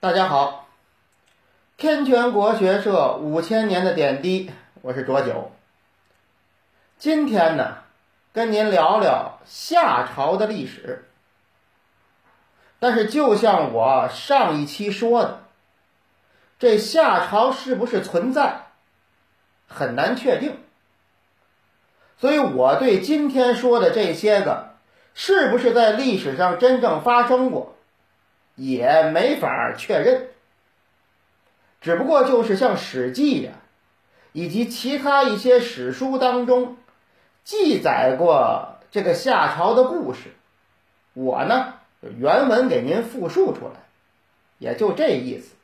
大家好，天泉国学社5000年的点滴，我是卓九。今天呢，跟您聊聊夏朝的历史。但是就像我上一期说的，这夏朝是不是存在，很难确定。所以我对今天说的这些个，是不是在历史上真正发生过，也没法确认。只不过就是像《史记》呀，以及其他一些史书当中记载过这个夏朝的故事，我呢原文给您复述出来，也就这意思。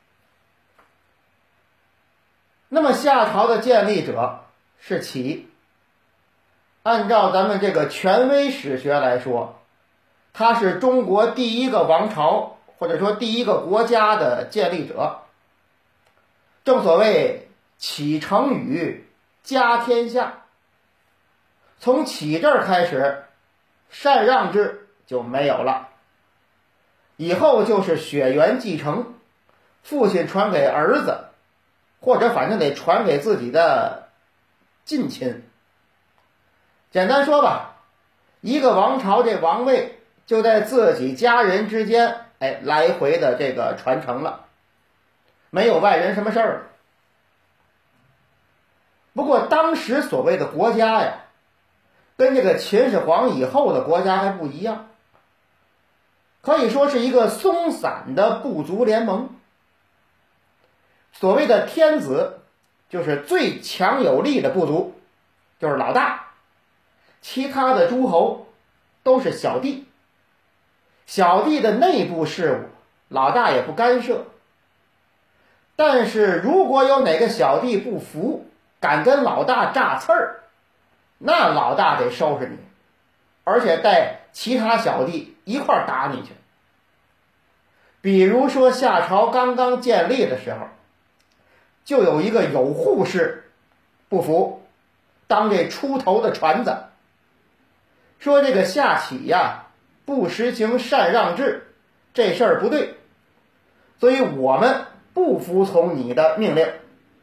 那么夏朝的建立者是齐，按照咱们这个权威史学来说，他是中国第一个王朝，或者说第一个国家的建立者。正所谓启成语家天下，从启这儿开始，禅让制就没有了，以后就是血缘继承，父亲传给儿子，或者反正得传给自己的近亲。简单说吧，一个王朝这王位就在自己家人之间来回的这个传承了，没有外人什么事儿。不过当时所谓的国家呀，跟这个秦始皇以后的国家还不一样，可以说是一个松散的部族联盟。所谓的天子就是最强有力的部族，就是老大，其他的诸侯都是小弟，小弟的内部事务老大也不干涉。但是如果有哪个小弟不服，敢跟老大炸刺儿，那老大得收拾你，而且带其他小弟一块儿打你去。比如说夏朝刚刚建立的时候，就有一个有扈氏不服，当这出头的传子，说这个夏启呀不实行禅让制，这事儿不对，所以我们不服从你的命令。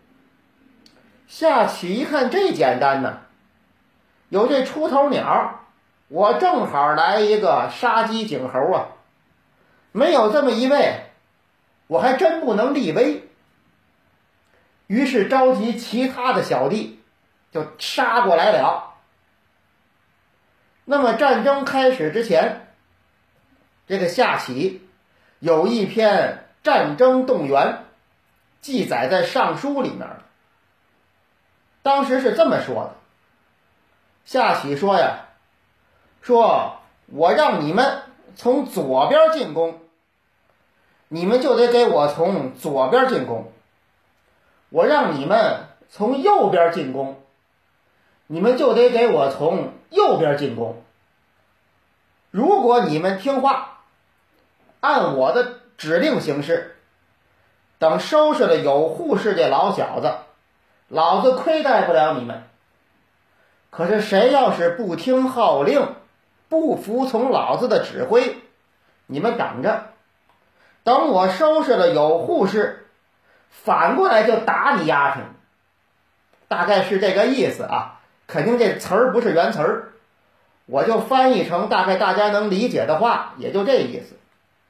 夏启一看这简单呢，有这出头鸟，我正好来一个杀鸡儆猴啊，没有这么一位，我还真不能立威。于是召集其他的小弟就杀过来了。那么战争开始之前，这个夏启有一篇战争动员，记载在尚书里面。当时是这么说的，夏启说呀，说我让你们从左边进攻，你们就得给我从左边进攻；我让你们从右边进攻，你们就得给我从右边进攻。如果你们听话，按我的指令行事，等收拾了有扈氏这老小子，老子亏待不了你们。可是谁要是不听号令，不服从老子的指挥，你们等着，等我收拾了有扈氏，反过来就打你丫头。大概是这个意思啊，肯定这词儿不是原词儿，我就翻译成大概大家能理解的话，也就这意思。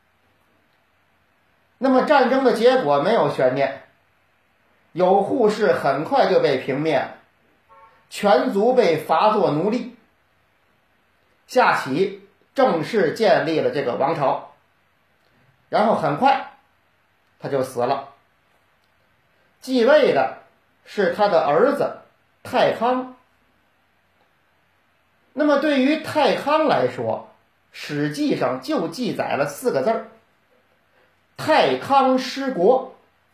那么战争的结果没有悬念，有扈氏很快就被平灭了，全族被罚作奴隶。夏启正式建立了这个王朝，然后很快他就死了。继位的是他的儿子太康。那么对于太康来说，史记上就记载了4个字儿：太康失国。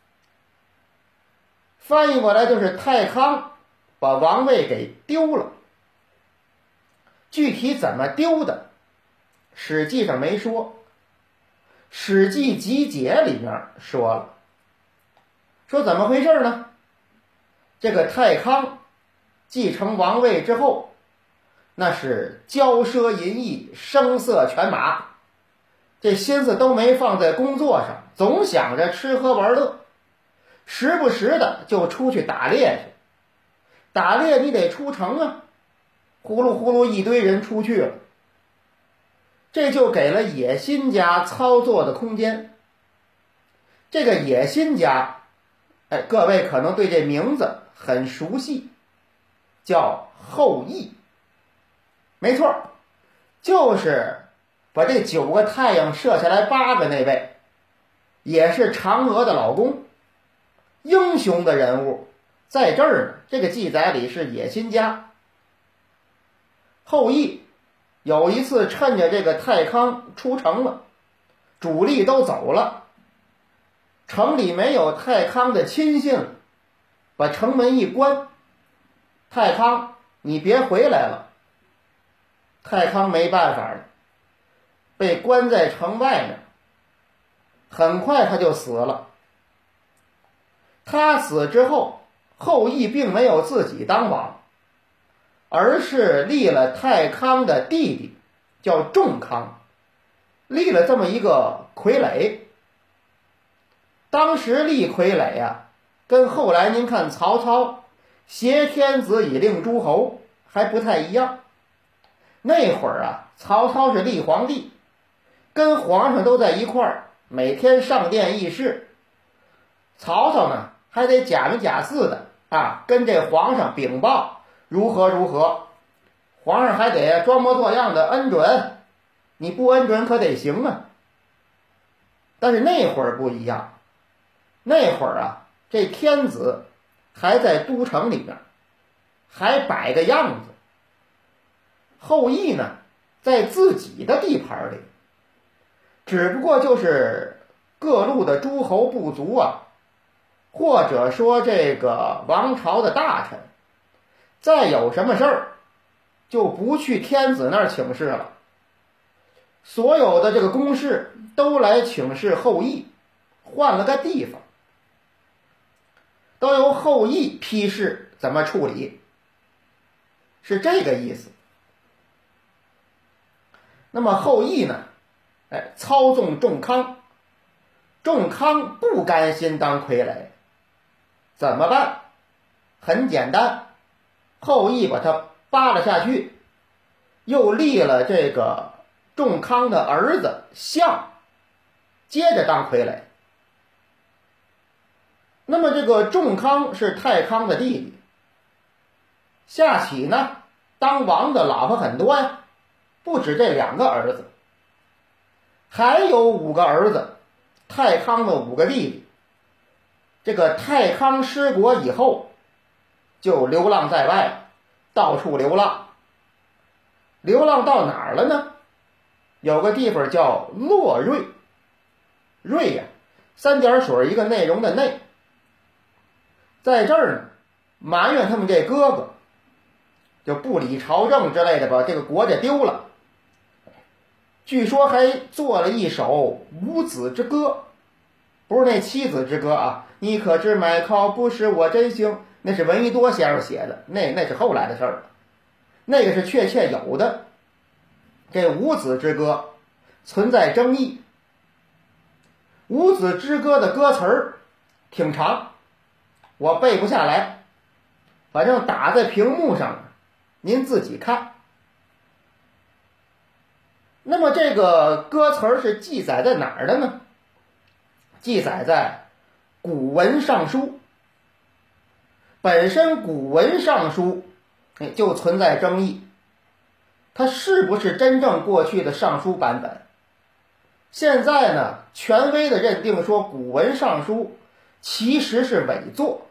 翻译过来就是太康把王位给丢了。具体怎么丢的，史记上没说，史记集解里面说了。说怎么回事呢？这个太康继承王位之后，那是骄奢淫逸，声色犬马， 这心思都没放在工作上，总想着吃喝玩乐，时不时的就出去打猎去。打猎你得出城啊，呼噜呼噜一堆人出去了，这就给了野心家操作的空间。这个野心家，各位可能对这名字很熟悉，叫后羿。没错，就是把这9个太阳射下来8个那位，也是嫦娥的老公，英雄的人物。在这儿呢，这个记载里是野心家。后羿有一次趁着这个太康出城了，主力都走了，城里没有太康的亲信了，把城门一关，太康你别回来了。太康没办法了，被关在城外面，很快他就死了。他死之后，后羿并没有自己当王，而是立了太康的弟弟，叫仲康，立了这么一个傀儡。当时立傀儡啊，跟后来您看曹操挟天子以令诸侯还不太一样。那会儿啊，曹操是立皇帝，跟皇上都在一块儿，每天上殿议事。曹操呢，还得假模假式的跟这皇上禀报如何如何，皇上还得装模作样的恩准，你不恩准可得行啊。但是那会儿不一样，那会儿啊，这天子还在都城里面，还摆个样子。后羿呢，在自己的地盘里，只不过就是各路的诸侯部族啊，或者说这个王朝的大臣，再有什么事儿就不去天子那儿请示了，所有的这个公事都来请示后羿，换了个地方，都由后羿批示怎么处理，是这个意思。那么后羿呢，操纵仲康，仲康不甘心当傀儡，怎么办？很简单，后羿把他扒了下去，又立了这个仲康的儿子象，接着当傀儡。那么这个仲康是太康的弟弟，夏启呢，当王的老婆很多呀，不止这2个儿子，还有5个儿子，太康的5个弟弟。这个太康失国以后，就流浪在外，到处流浪。流浪到哪儿了呢？有个地方叫洛瑞，瑞呀，3点水一个内容的内。在这儿呢，埋怨他们这哥哥就不理朝政之类的，把这个国家丢了。据说还做了一首五子之歌，不是那七子之歌啊，你可知买靠不是我真心，那是闻一多先生写的，那是后来的事儿了，那个是确切有的。这五子之歌存在争议，五子之歌的歌词儿挺长，我背不下来，反正打在屏幕上，您自己看。那么这个歌词儿是记载在哪儿的呢？记载在古文尚书。本身古文尚书就存在争议，它是不是真正过去的尚书版本？现在呢，权威的认定说古文尚书其实是伪作。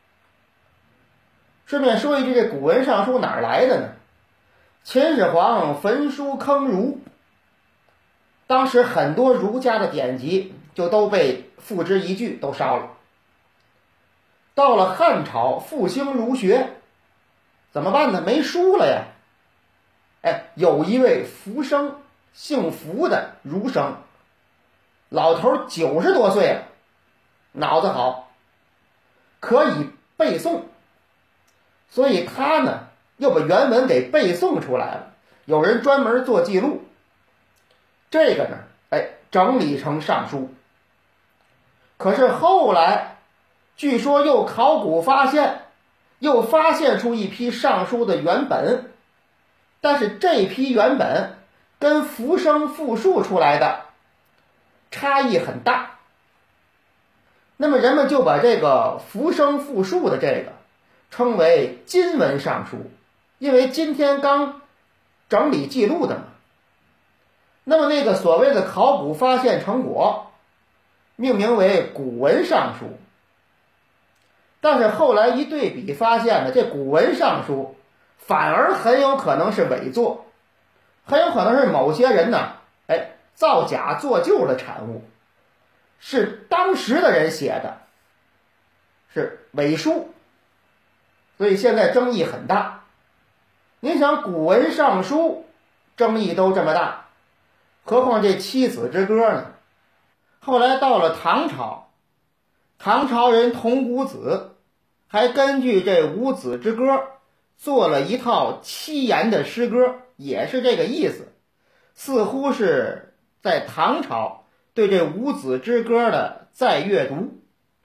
顺便说一句，这古文尚书哪儿来的呢？秦始皇焚书坑儒，当时很多儒家的典籍就都被付之一炬，都烧了。到了汉朝复兴儒学，怎么办呢？没书了呀。有一位福生，姓福的儒生，老头90多岁了，脑子好，可以背诵，所以他呢又把原文给背诵出来了，有人专门做记录。这个呢， 整理成上书。可是后来据说又考古发现，又发现出一批上书的原本，但是这批原本跟复声复述出来的差异很大。那么人们就把这个复声复述的这个称为今文上书，因为今天刚整理记录的嘛。那么那个所谓的考古发现成果命名为古文上书，但是后来一对比发现呢，这古文上书反而很有可能是伪作，很有可能是某些人呢造假做旧的产物，是当时的人写的，是伪书，所以现在争议很大。您想古文上书争议都这么大，何况这七子之歌呢？后来到了唐朝，唐朝人童谷子还根据这五子之歌做了一套七言的诗歌，也是这个意思，似乎是在唐朝对这五子之歌的再阅读。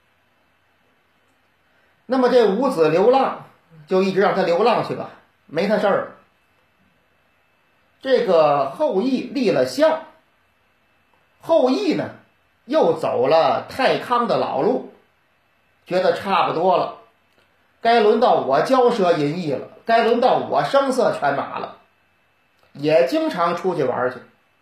那么这五子流浪就一直让他流浪去吧，没他事儿。这个后羿立了项，后羿呢又走了太康的老路，觉得差不多了，该轮到我骄奢淫逸了，该轮到我声色犬马了，也经常出去玩去。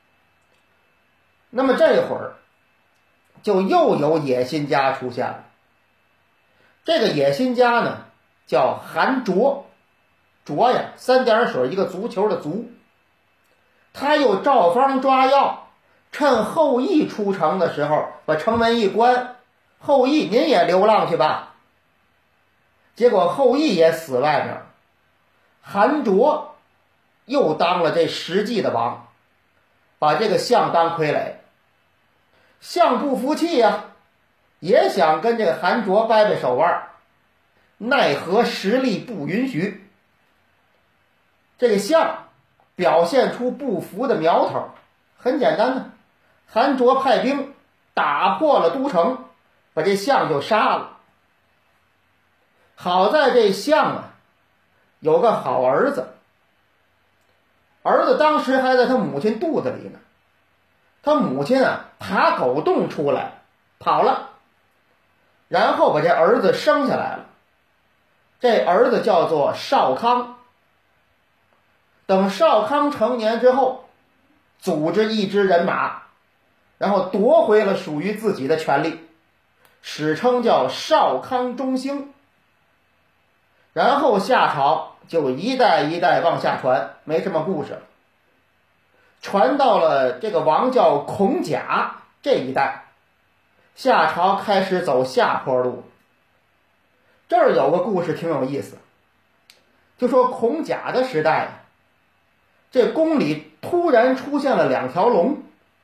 那么这会儿就又有野心家出现了。这个野心家呢叫韩卓，卓呀三点水一个足球的足。他又照方抓药，趁后羿出城的时候把城门一关，后羿您也流浪去吧。结果后羿也死外面，韩卓又当了这实际的王，把这个项当傀儡。项不服气呀，也想跟这个韩卓掰掰手腕，奈何实力不允许。这个项表现出不服的苗头，很简单呢，韩卓派兵打破了都城，把这项就杀了。好在这项啊有个好儿子，儿子当时还在他母亲肚子里呢，他母亲爬狗洞出来跑了，然后把这儿子生下来了，这儿子叫做少康。等少康成年之后，组织一支人马，然后夺回了属于自己的权利，史称叫少康中兴。然后夏朝就一代一代往下传，没什么故事了。传到了这个王叫孔甲这一代，夏朝开始走下坡路。这儿有个故事挺有意思，就说孔甲的时代，这宫里突然出现了两条龙。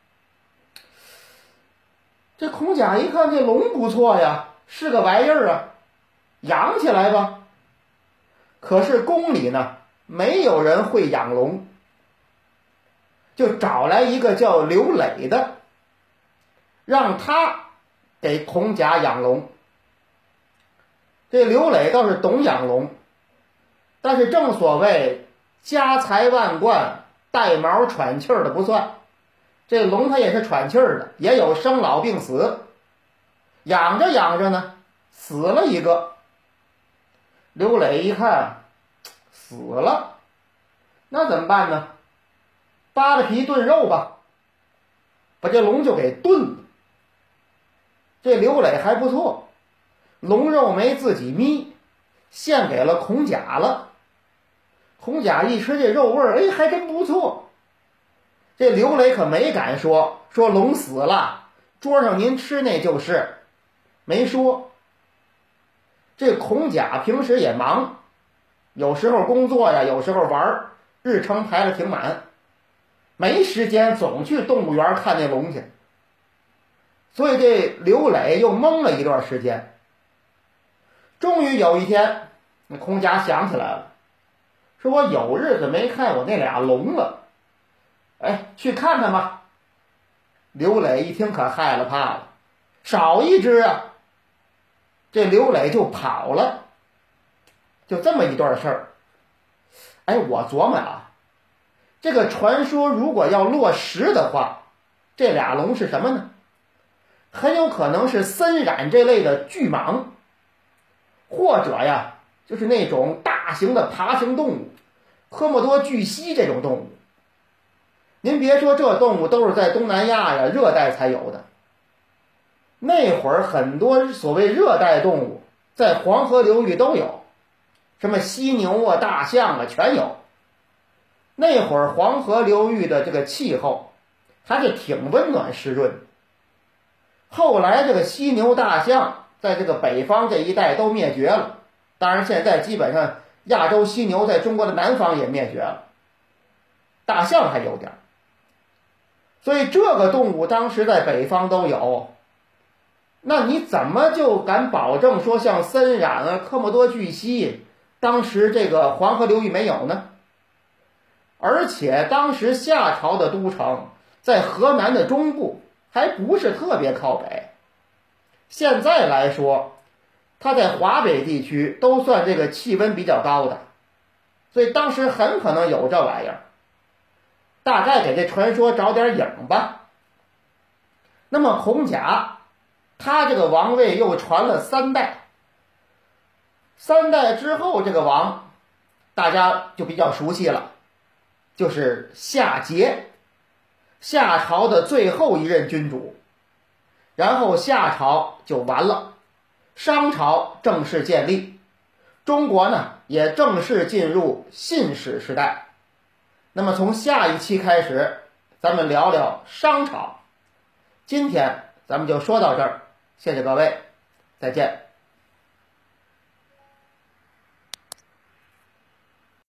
这孔甲一看这龙不错呀，是个玩意儿啊，养起来吧。可是宫里呢没有人会养龙，就找来一个叫刘磊的，让他给孔甲养龙。这刘磊倒是懂养龙，但是正所谓家财万贯带毛喘气儿的不算，这龙它也是喘气儿的，也有生老病死。养着养着呢死了一个，刘磊一看死了，那怎么办呢？扒了皮炖肉吧，把这龙就给炖了。这刘磊还不错，龙肉没自己眯，献给了孔甲了。孔甲一吃这肉味儿，还真不错。这刘磊可没敢说龙死了，桌上您吃那就是，没说。这孔甲平时也忙，有时候工作呀，有时候玩，日程排得挺满，没时间总去动物园看那龙去。所以这刘磊又懵了一段时间。终于有一天，那孔甲想起来了，说我有日子没看我那俩龙了，去看看吧。 刘磊一听可害了怕了，少一只啊，这刘磊就跑了，就这么一段事儿。哎，我琢磨啊，这个传说如果要落实的话，这俩龙是什么呢？很有可能是森蚺这类的巨蟒，或者呀，就是那种大型的爬行动物，科莫多巨蜥这种动物。您别说，这动物都是在东南亚呀热带才有的。那会儿很多所谓热带动物在黄河流域都有，什么犀牛啊、大象啊全有。那会儿黄河流域的这个气候还是挺温暖湿润。后来这个犀牛、大象在这个北方这一带都灭绝了，当然现在基本上亚洲犀牛在中国的南方也灭绝了，大象还有点。所以这个动物当时在北方都有，那你怎么就敢保证说像森蚺啊、科莫多巨蜥当时这个黄河流域没有呢？而且当时夏朝的都城在河南的中部，还不是特别靠北。现在来说，它在华北地区都算这个气温比较高的，所以当时很可能有这玩意儿。大概给这传说找点影吧。那么孔甲，他这个王位又传了3代，3代之后这个王，大家就比较熟悉了，就是夏桀，夏朝的最后一任君主。然后夏朝就完了，商朝正式建立，中国呢也正式进入信史时代。那么从下一期开始，咱们聊聊商朝。今天咱们就说到这儿，谢谢各位，再见。